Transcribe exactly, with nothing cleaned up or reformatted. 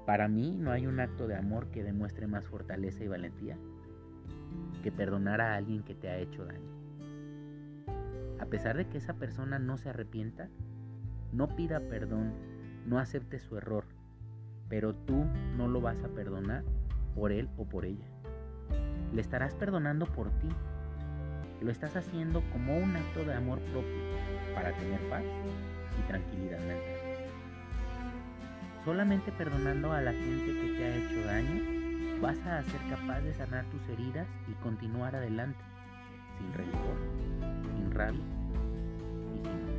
Para mí no hay un acto de amor que demuestre más fortaleza y valentía que perdonar a alguien que te ha hecho daño. A pesar de que esa persona no se arrepienta, no pida perdón, no acepte su error, pero tú no lo vas a perdonar por él o por ella. Le estarás perdonando por ti. Lo estás haciendo como un acto de amor propio para tener paz y tranquilidad mental. Solamente perdonando a la gente que te ha hecho daño, vas a ser capaz de sanar tus heridas y continuar adelante, sin rencor, sin rabia y sin